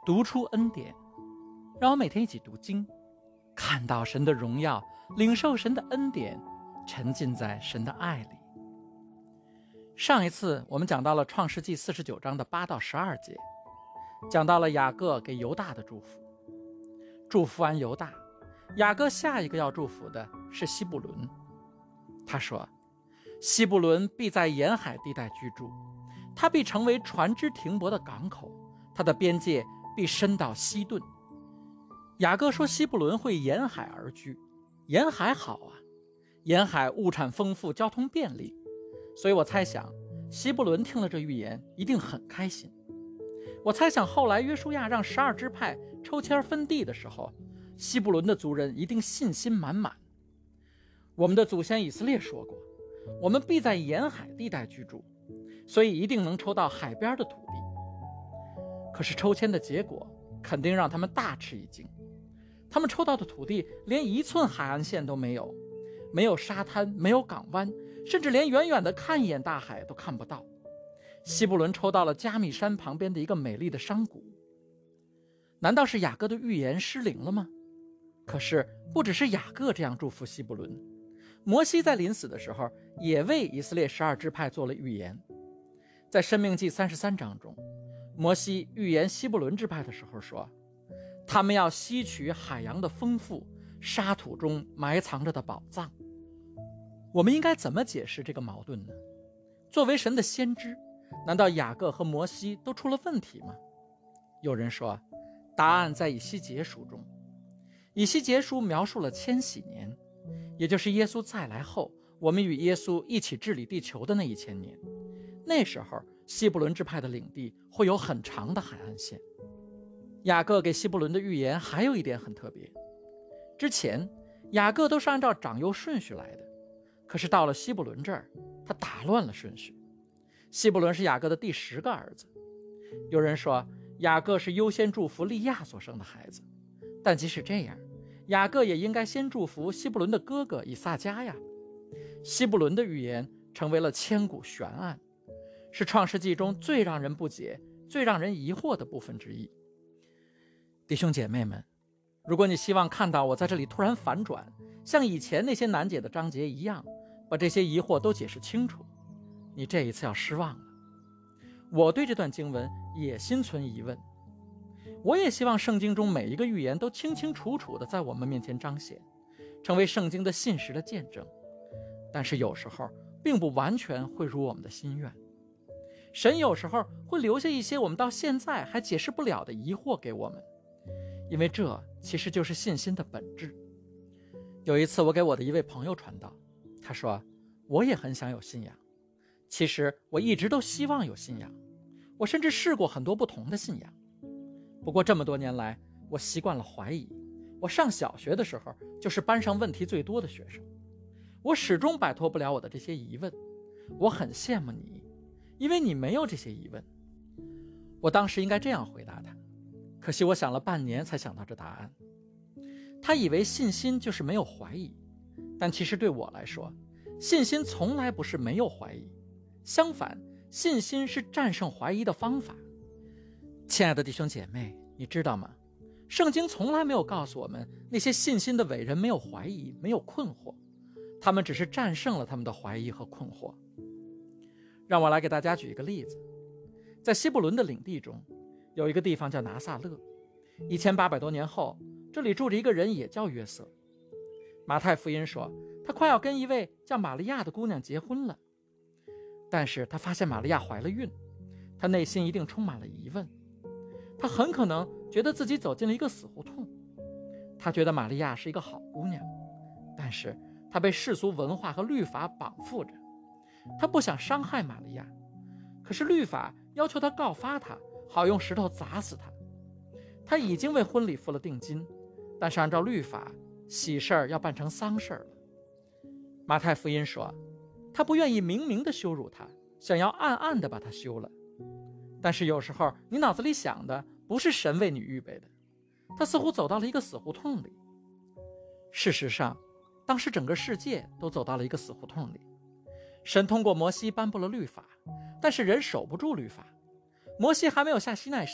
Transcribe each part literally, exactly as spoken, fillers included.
读出恩典，让我每天一起读经，看到神的荣耀，领受神的恩典，沉浸在神的爱里。上一次我们讲到了创世纪四十九章的八到十二节，讲到了雅各给犹大的祝福。祝福完犹大，雅各下一个要祝福的是西布伦。他说，西布伦必在沿海地带居住，他必成为船只停泊的港口，他的边界必伸到西顿。雅各说西布伦会沿海而居，沿海好啊，沿海物产丰富，交通便利，所以我猜想西布伦听了这预言一定很开心。我猜想后来约书亚让十二支派抽签分地的时候，西布伦的族人一定信心满满。我们的祖先以色列说过，我们必在沿海地带居住，所以一定能抽到海边的土地。可是抽签的结果肯定让他们大吃一惊，他们抽到的土地连一寸海岸线都没有，没有沙滩，没有港湾，甚至连远远的看一眼大海都看不到。西布伦抽到了加密山旁边的一个美丽的山谷。难道是雅各的预言失灵了吗？可是不只是雅各这样祝福西布伦，摩西在临死的时候也为以色列十二支派做了预言。在申命记三十三章中，摩西预言西布伦支派的时候说，他们要吸取海洋的丰富，沙土中埋藏着的宝藏。我们应该怎么解释这个矛盾呢？作为神的先知，难道雅各和摩西都出了问题吗？有人说，答案在以西结书中。以西结书描述了千禧年，也就是耶稣再来后，我们与耶稣一起治理地球的那一千年。那时候西布伦支派的领地会有很长的海岸线。雅各给西布伦的预言还有一点很特别，之前雅各都是按照长幼顺序来的，可是到了西布伦这儿，他打乱了顺序。西布伦是雅各的第十个儿子。有人说雅各是优先祝福利亚所生的孩子，但即使这样，雅各也应该先祝福西布伦的哥哥以撒迦呀。西布伦的预言成为了千古悬案，是创世纪中最让人不解、最让人疑惑的部分之一。弟兄姐妹们，如果你希望看到我在这里突然反转，像以前那些难解的章节一样，把这些疑惑都解释清楚，你这一次要失望了。我对这段经文也心存疑问，我也希望圣经中每一个预言都清清楚楚地在我们面前彰显，成为圣经的信实的见证。但是有时候并不完全会如我们的心愿，神有时候会留下一些我们到现在还解释不了的疑惑给我们，因为这其实就是信心的本质。有一次我给我的一位朋友传道，他说，我也很想有信仰，其实我一直都希望有信仰，我甚至试过很多不同的信仰。不过这么多年来，我习惯了怀疑。我上小学的时候就是班上问题最多的学生，我始终摆脱不了我的这些疑问。我很羡慕你，因为你没有这些疑问。我当时应该这样回答他，可惜我想了半年才想到这答案。他以为信心就是没有怀疑，但其实对我来说，信心从来不是没有怀疑，相反，信心是战胜怀疑的方法。亲爱的弟兄姐妹，你知道吗？圣经从来没有告诉我们那些信心的伟人没有怀疑，没有困惑，他们只是战胜了他们的怀疑和困惑。让我来给大家举一个例子。在西布伦的领地中，有一个地方叫拿撒勒。一千八百多年后，这里住着一个人也叫约瑟。马太福音说，他快要跟一位叫玛利亚的姑娘结婚了，但是他发现玛利亚怀了孕，他内心一定充满了疑问。他很可能觉得自己走进了一个死胡同。他觉得玛利亚是一个好姑娘，但是他被世俗文化和律法绑缚着。他不想伤害玛利亚，可是律法要求他告发他，好用石头砸死他。他已经为婚礼付了定金，但是按照律法，喜事儿要办成丧事了。马太福音说，他不愿意明明的羞辱他，想要暗暗的把他休了。但是有时候你脑子里想的不是神为你预备的，他似乎走到了一个死胡同里。事实上，当时整个世界都走到了一个死胡同里。神通过摩西颁布了律法，但是人守不住律法。摩西还没有下西奈山，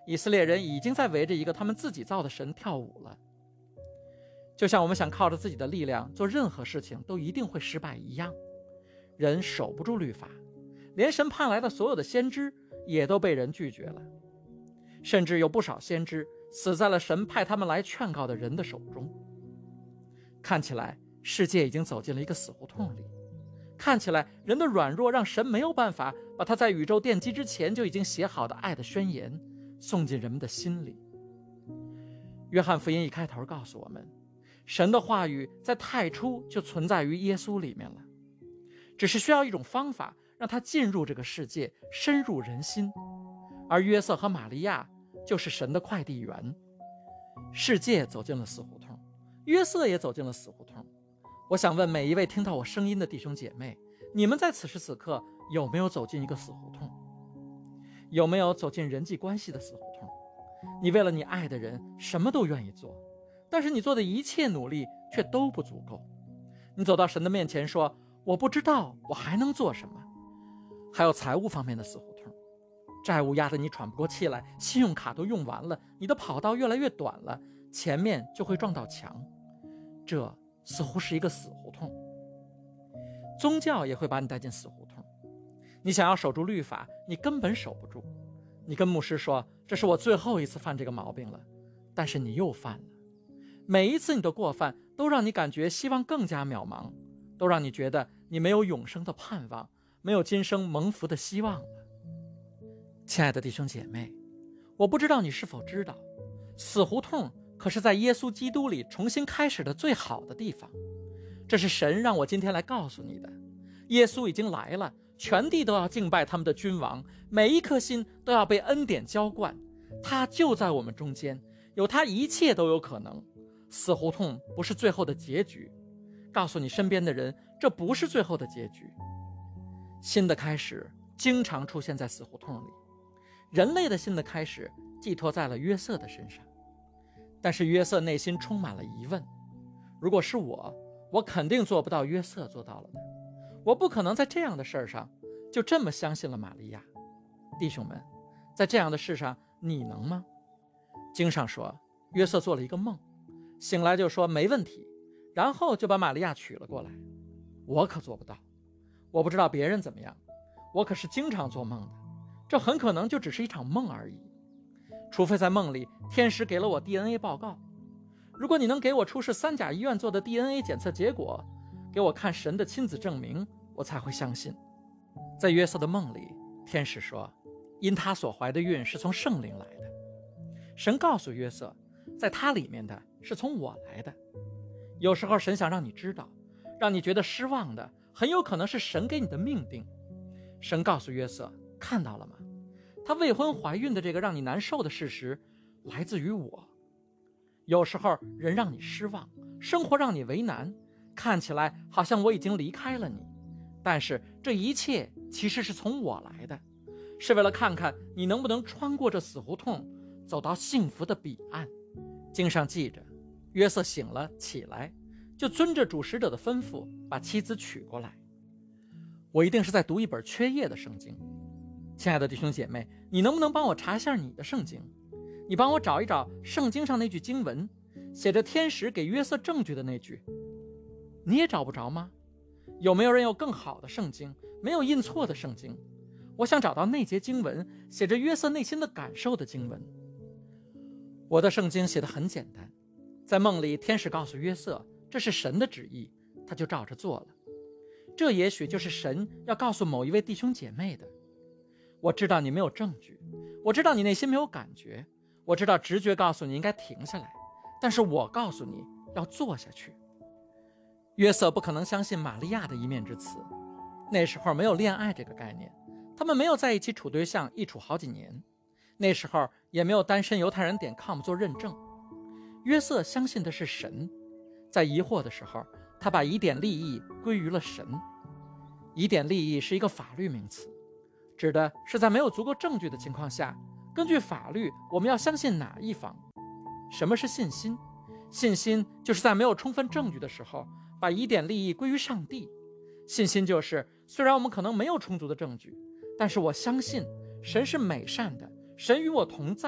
以色列人已经在围着一个他们自己造的神跳舞了。就像我们想靠着自己的力量做任何事情都一定会失败一样，人守不住律法，连神派来的所有的先知也都被人拒绝了，甚至有不少先知死在了神派他们来劝告的人的手中。看起来世界已经走进了一个死胡同里，看起来人的软弱让神没有办法把他在宇宙奠基之前就已经写好的爱的宣言送进人们的心里。约翰福音一开头告诉我们，神的话语在太初就存在于耶稣里面了，只是需要一种方法让他进入这个世界，深入人心。而约瑟和玛利亚就是神的快递员。世界走进了死胡同，约瑟也走进了死胡同。我想问每一位听到我声音的弟兄姐妹，你们在此时此刻有没有走进一个死胡同？有没有走进人际关系的死胡同？你为了你爱的人什么都愿意做，但是你做的一切努力却都不足够。你走到神的面前说，我不知道我还能做什么。还有财务方面的死胡同，债务压得你喘不过气来，信用卡都用完了，你的跑道越来越短了，前面就会撞到墙，这似乎是一个死胡同。宗教也会把你带进死胡同，你想要守住律法，你根本守不住。你跟牧师说，这是我最后一次犯这个毛病了，但是你又犯了。每一次你的过犯都让你感觉希望更加渺茫，都让你觉得你没有永生的盼望，没有今生蒙福的希望了。亲爱的弟兄姐妹，我不知道你是否知道，死胡同可是在耶稣基督里重新开始的最好的地方。这是神让我今天来告诉你的。耶稣已经来了，全地都要敬拜他们的君王，每一颗心都要被恩典浇灌。他就在我们中间，有他一切都有可能。死胡同不是最后的结局，告诉你身边的人，这不是最后的结局。新的开始经常出现在死胡同里，人类的新的开始寄托在了约瑟的身上，但是约瑟内心充满了疑问。如果是我，我肯定做不到约瑟做到了的，我不可能在这样的事上就这么相信了玛利亚。弟兄们，在这样的事上你能吗？经上说，约瑟做了一个梦，醒来就说没问题，然后就把玛利亚娶了过来。我可做不到，我不知道别人怎么样，我可是经常做梦的，这很可能就只是一场梦而已。除非在梦里天使给了我 D N A 报告，如果你能给我出示三甲医院做的 D N A 检测结果，给我看神的亲子证明，我才会相信。在约瑟的梦里，天使说，因他所怀的孕是从圣灵来的。神告诉约瑟，在他里面的是从我来的。有时候神想让你知道，让你觉得失望的很有可能是神给你的命定。神告诉约瑟，看到了吗？她未婚怀孕的这个让你难受的事实来自于我。有时候人让你失望，生活让你为难，看起来好像我已经离开了你，但是这一切其实是从我来的，是为了看看你能不能穿过这死胡同，走到幸福的彼岸。经上记着，约瑟醒了起来，就遵着主使者的吩咐把妻子娶过来。我一定是在读一本缺页的圣经。亲爱的弟兄姐妹，你能不能帮我查一下你的圣经？你帮我找一找圣经上那句经文，写着天使给约瑟证据的那句，你也找不着吗？有没有人有更好的圣经，没有印错的圣经？我想找到那节经文，写着约瑟内心的感受的经文。我的圣经写得很简单，在梦里天使告诉约瑟，这是神的旨意，他就照着做了。这也许就是神要告诉某一位弟兄姐妹的。我知道你没有证据，我知道你内心没有感觉，我知道直觉告诉你应该停下来，但是我告诉你要做下去。约瑟不可能相信玛利亚的一面之词，那时候没有恋爱这个概念，他们没有在一起处对象一处好几年，那时候也没有单身犹太人点 com 做认证。约瑟相信的是神，在疑惑的时候，他把疑点利益归于了神。疑点利益是一个法律名词，指的是在没有足够证据的情况下，根据法律我们要相信哪一方。什么是信心？信心就是在没有充分证据的时候，把疑点利益归于上帝。信心就是虽然我们可能没有充足的证据，但是我相信神是美善的，神与我同在，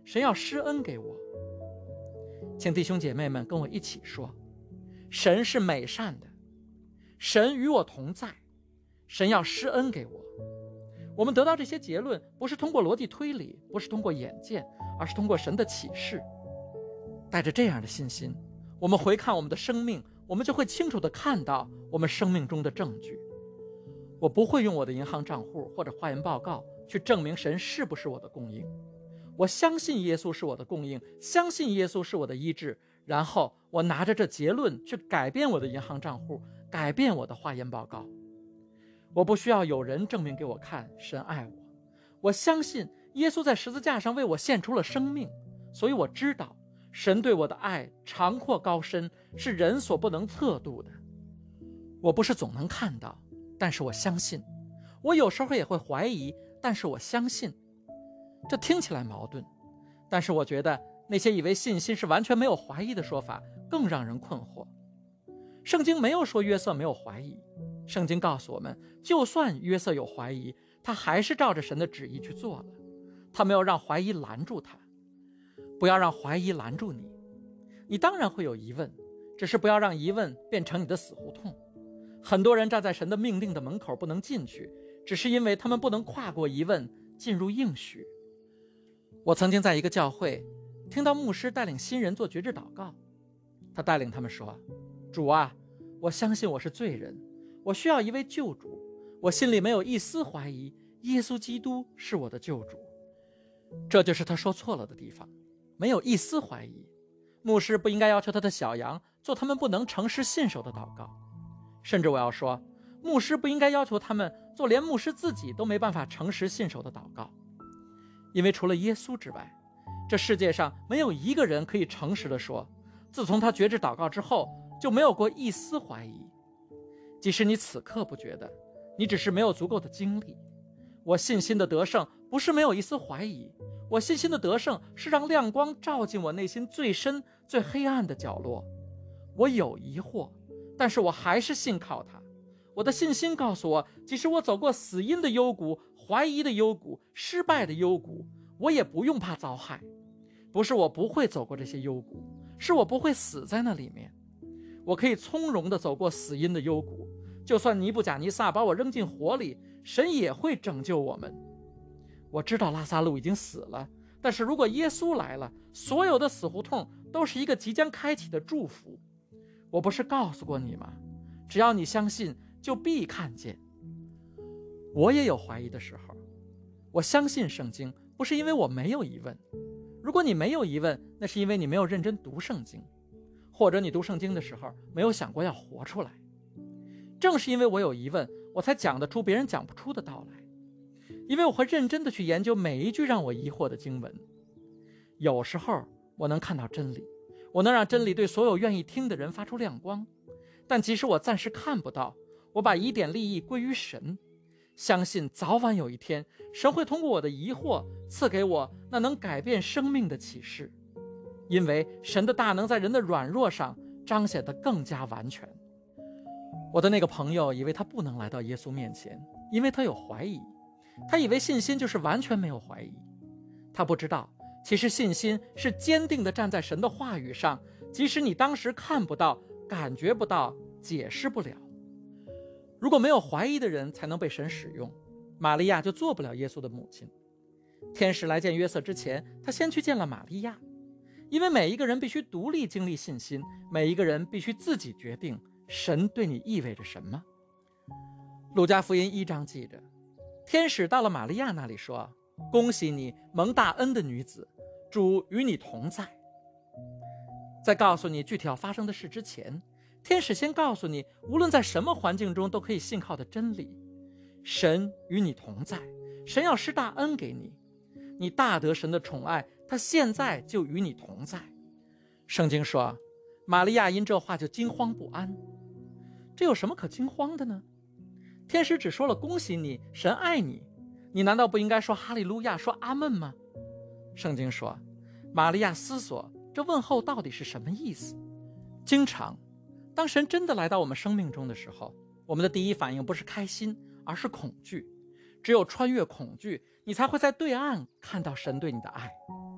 神要施恩给我。请弟兄姐妹们跟我一起说，神是美善的，神与我同在，神要施恩给我。我们得到这些结论，不是通过逻辑推理，不是通过眼见，而是通过神的启示。带着这样的信心，我们回看我们的生命，我们就会清楚地看到我们生命中的证据。我不会用我的银行账户或者化验报告去证明神是不是我的供应。我相信耶稣是我的供应，相信耶稣是我的医治，然后我拿着这结论去改变我的银行账户，改变我的化验报告。我不需要有人证明给我看神爱我，我相信耶稣在十字架上为我献出了生命，所以我知道神对我的爱长阔高深，是人所不能测度的。我不是总能看到，但是我相信。我有时候也会怀疑，但是我相信。这听起来矛盾，但是我觉得那些以为信心是完全没有怀疑的说法更让人困惑。圣经没有说约瑟没有怀疑，圣经告诉我们，就算约瑟有怀疑，他还是照着神的旨意去做了，他没有让怀疑拦住他。不要让怀疑拦住你，你当然会有疑问，只是不要让疑问变成你的死胡同。很多人站在神的命令的门口不能进去，只是因为他们不能跨过疑问进入应许。我曾经在一个教会听到牧师带领新人做决志祷告，他带领他们说，主啊，我相信我是罪人，我需要一位救主，我心里没有一丝怀疑，耶稣基督是我的救主。这就是他说错了的地方，没有一丝怀疑。牧师不应该要求他的小羊做他们不能诚实信守的祷告，甚至我要说，牧师不应该要求他们做连牧师自己都没办法诚实信守的祷告。因为除了耶稣之外，这世界上没有一个人可以诚实地说，自从他决志祷告之后，就没有过一丝怀疑。即使你此刻不觉得，你只是没有足够的经历。我信心的得胜不是没有一丝怀疑，我信心的得胜是让亮光照进我内心最深最黑暗的角落。我有疑惑，但是我还是信靠他。我的信心告诉我，即使我走过死荫的幽谷，怀疑的幽谷，失败的幽谷，我也不用怕遭害。不是我不会走过这些幽谷，是我不会死在那里面。我可以从容地走过死荫的幽谷，就算尼布甲尼撒把我扔进火里，神也会拯救我们。我知道拉撒路已经死了，但是如果耶稣来了，所有的死胡同都是一个即将开启的祝福。我不是告诉过你吗？只要你相信，就必看见。我也有怀疑的时候，我相信圣经，不是因为我没有疑问。如果你没有疑问，那是因为你没有认真读圣经，或者你读圣经的时候没有想过要活出来。正是因为我有疑问，我才讲得出别人讲不出的道来。因为我会认真地去研究每一句让我疑惑的经文。有时候我能看到真理，我能让真理对所有愿意听的人发出亮光。但即使我暂时看不到，我把疑点利益归于神，相信早晚有一天，神会通过我的疑惑赐给我那能改变生命的启示。因为神的大能在人的软弱上彰显得更加完全。我的那个朋友以为他不能来到耶稣面前，因为他有怀疑。他以为信心就是完全没有怀疑。他不知道，其实信心是坚定地站在神的话语上，即使你当时看不到、感觉不到、解释不了。如果没有怀疑的人才能被神使用，玛利亚就做不了耶稣的母亲。天使来见约瑟之前，他先去见了玛利亚。因为每一个人必须独立经历信心，每一个人必须自己决定神对你意味着什么。路加福音一章记着，天使到了玛利亚那里说，恭喜你，蒙大恩的女子，主与你同在。在告诉你具体要发生的事之前，天使先告诉你，无论在什么环境中都可以信靠的真理。神与你同在，神要施大恩给你，你大得神的宠爱，他现在就与你同在。圣经说，玛利亚因这话就惊慌不安。这有什么可惊慌的呢？天使只说了恭喜你，神爱你，你难道不应该说哈利路亚，说阿们吗？圣经说，玛利亚思索这问候到底是什么意思。经常当神真的来到我们生命中的时候，我们的第一反应不是开心，而是恐惧。只有穿越恐惧，你才会在对岸看到神对你的爱。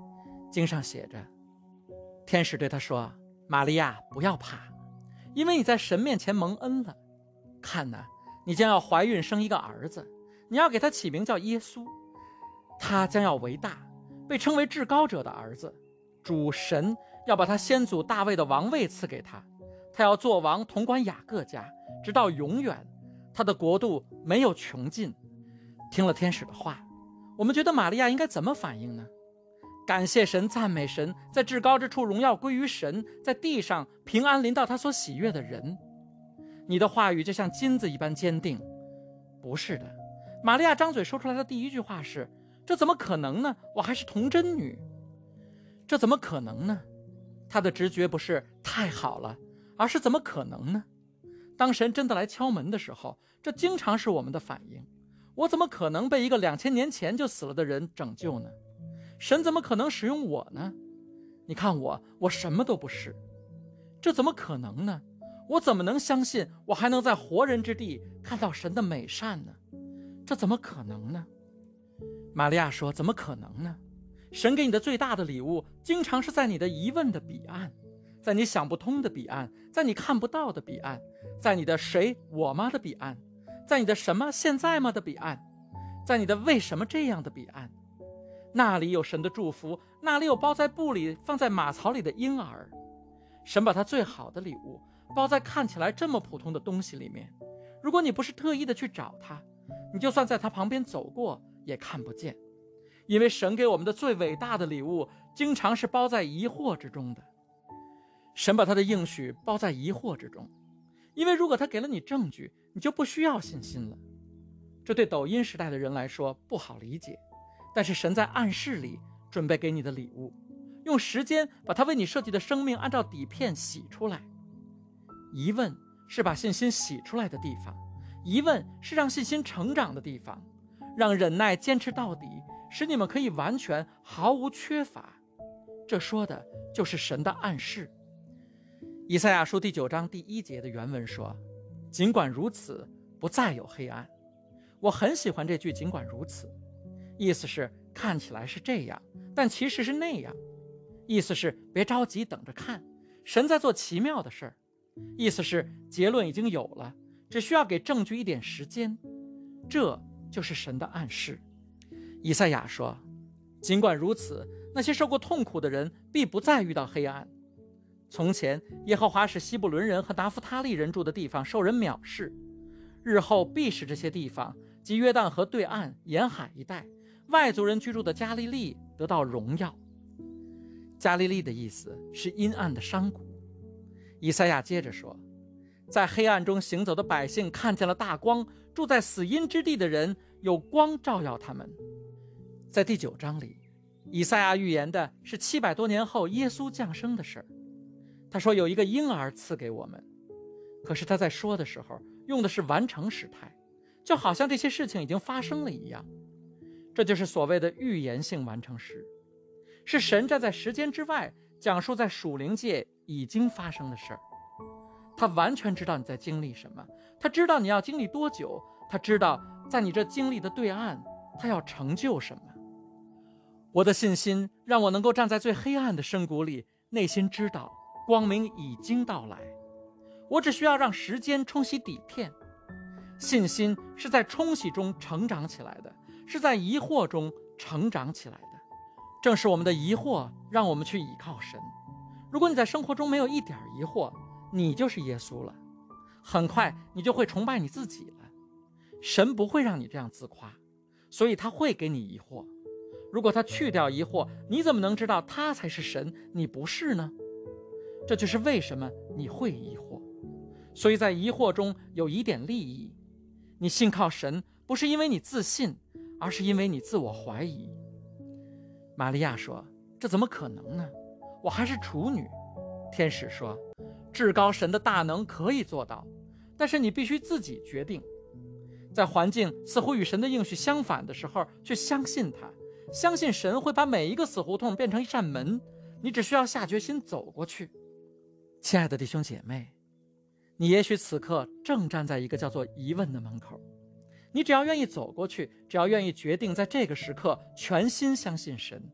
经上写着，天使对他说，玛利亚，不要怕，因为你在神面前蒙恩了。看哪，你将要怀孕生一个儿子，你要给他起名叫耶稣。他将要为大，被称为至高者的儿子。主神要把他先祖大卫的王位赐给他，他要做王，统管雅各家，直到永远。他的国度没有穷尽。听了天使的话，我们觉得玛利亚应该怎么反应呢？感谢神，赞美神，在至高之处荣耀归于神，在地上平安临到他所喜悦的人。你的话语就像金子一般坚定。不是的，玛利亚张嘴说出来的第一句话是，这怎么可能呢？我还是童贞女。这怎么可能呢？她的直觉不是太好了，而是怎么可能呢？当神真的来敲门的时候，这经常是我们的反应。我怎么可能被一个两千年前就死了的人拯救呢？神怎么可能使用我呢？你看我，我什么都不是。这怎么可能呢？我怎么能相信我还能在活人之地看到神的美善呢？这怎么可能呢？玛利亚说，怎么可能呢？神给你的最大的礼物，经常是在你的疑问的彼岸，在你想不通的彼岸，在你看不到的彼岸，在你的谁我吗的彼岸，在你的什么现在吗的彼岸，在你的为什么这样的彼岸。那里有神的祝福，那里有包在布里放在马槽里的婴儿。神把他最好的礼物包在看起来这么普通的东西里面，如果你不是特意的去找他，你就算在他旁边走过也看不见。因为神给我们的最伟大的礼物经常是包在疑惑之中的。神把他的应许包在疑惑之中，因为如果他给了你证据，你就不需要信心了。这对抖音时代的人来说不好理解，但是神在暗示里准备给你的礼物，用时间把他为你设计的生命按照底片洗出来。疑问是把信心洗出来的地方，疑问是让信心成长的地方，让忍耐坚持到底，使你们可以完全毫无缺乏。这说的就是神的暗示。以赛亚书第九章第一节的原文说，尽管如此，不再有黑暗。我很喜欢这句尽管如此，意思是看起来是这样，但其实是那样。意思是别着急，等着看，神在做奇妙的事儿。意思是结论已经有了，只需要给证据一点时间。这就是神的暗示。以赛亚说，尽管如此，那些受过痛苦的人必不再遇到黑暗。从前耶和华使西布伦人和拿弗他利人住的地方受人藐视，日后必使这些地方及约旦河对岸沿海一带外族人居住的加利利得到荣耀。加利利的意思是阴暗的山谷。以赛亚接着说，在黑暗中行走的百姓看见了大光，住在死荫之地的人有光照耀他们。在第九章里，以赛亚预言的是七百多年后耶稣降生的事儿。他说有一个婴儿赐给我们，可是他在说的时候用的是完成时态，就好像这些事情已经发生了一样。这就是所谓的预言性完成时，是神站在时间之外讲述在属灵界已经发生的事儿。他完全知道你在经历什么，他知道你要经历多久，他知道在你这经历的对岸他要成就什么。我的信心让我能够站在最黑暗的深谷里，内心知道光明已经到来，我只需要让时间冲洗底片。信心是在冲洗中成长起来的，是在疑惑中成长起来的。正是我们的疑惑让我们去倚靠神。如果你在生活中没有一点疑惑，你就是耶稣了。很快你就会崇拜你自己了。神不会让你这样自夸，所以他会给你疑惑。如果他去掉疑惑，你怎么能知道他才是神，你不是呢？这就是为什么你会疑惑。所以在疑惑中有一点利益。你信靠神，不是因为你自信，而是因为你自我怀疑。玛利亚说，这怎么可能呢？我还是处女。天使说，至高神的大能可以做到，但是你必须自己决定。在环境似乎与神的应许相反的时候，去相信他，相信神会把每一个死胡同变成一扇门，你只需要下决心走过去。亲爱的弟兄姐妹，你也许此刻正站在一个叫做疑问的门口，你只要愿意走过去，只要愿意决定在这个时刻全心相信神，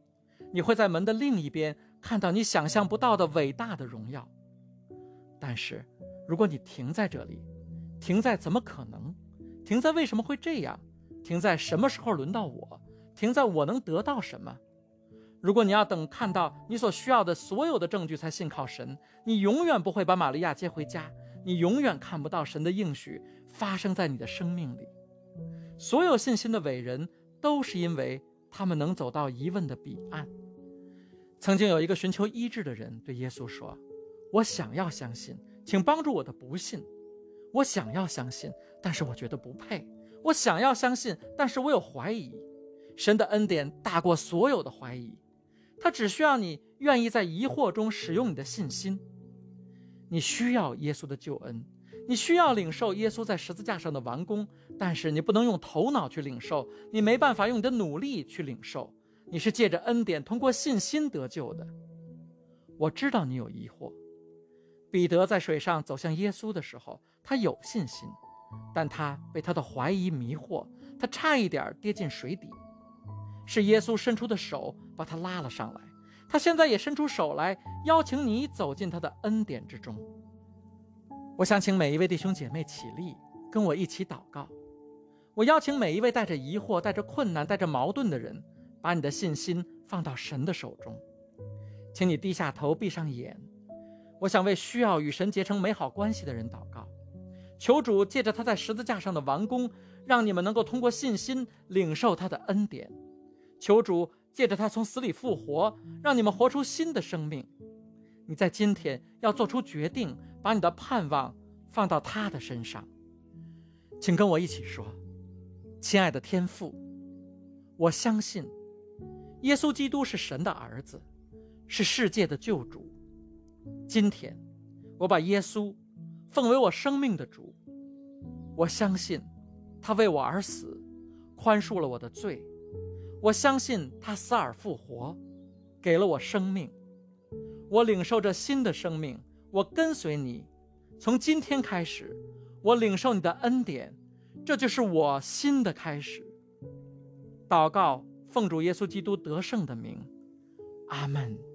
你会在门的另一边看到你想象不到的伟大的荣耀。但是如果你停在这里，停在怎么可能，停在为什么会这样，停在什么时候轮到我，停在我能得到什么，如果你要等看到你所需要的所有的证据才信靠神，你永远不会把玛利亚接回家，你永远看不到神的应许发生在你的生命里。所有信心的伟人都是因为他们能走到疑问的彼岸。曾经有一个寻求医治的人对耶稣说，我想要相信，请帮助我的不信。我想要相信，但是我觉得不配。我想要相信，但是我有怀疑。神的恩典大过所有的怀疑，他只需要你愿意在疑惑中使用你的信心。你需要耶稣的救恩，你需要领受耶稣在十字架上的完工，但是你不能用头脑去领受，你没办法用你的努力去领受，你是借着恩典通过信心得救的。我知道你有疑惑。彼得在水上走向耶稣的时候，他有信心，但他被他的怀疑迷惑，他差一点跌进水底。是耶稣伸出的手把他拉了上来，他现在也伸出手来邀请你走进他的恩典之中。我想请每一位弟兄姐妹起立，跟我一起祷告。我邀请每一位带着疑惑、带着困难、带着矛盾的人，把你的信心放到神的手中。请你低下头，闭上眼。我想为需要与神结成美好关系的人祷告，求主借着他在十字架上的完工，让你们能够通过信心领受他的恩典。求主借着他从死里复活，让你们活出新的生命。你在今天要做出决定，把你的盼望放到他的身上。请跟我一起说，亲爱的天父，我相信耶稣基督是神的儿子，是世界的救主。今天我把耶稣奉为我生命的主，我相信他为我而死，宽恕了我的罪。我相信他死而复活，给了我生命。我领受着新的生命，我跟随你。从今天开始，我领受你的恩典，这就是我新的开始。祷告，奉主耶稣基督得胜的名，阿们。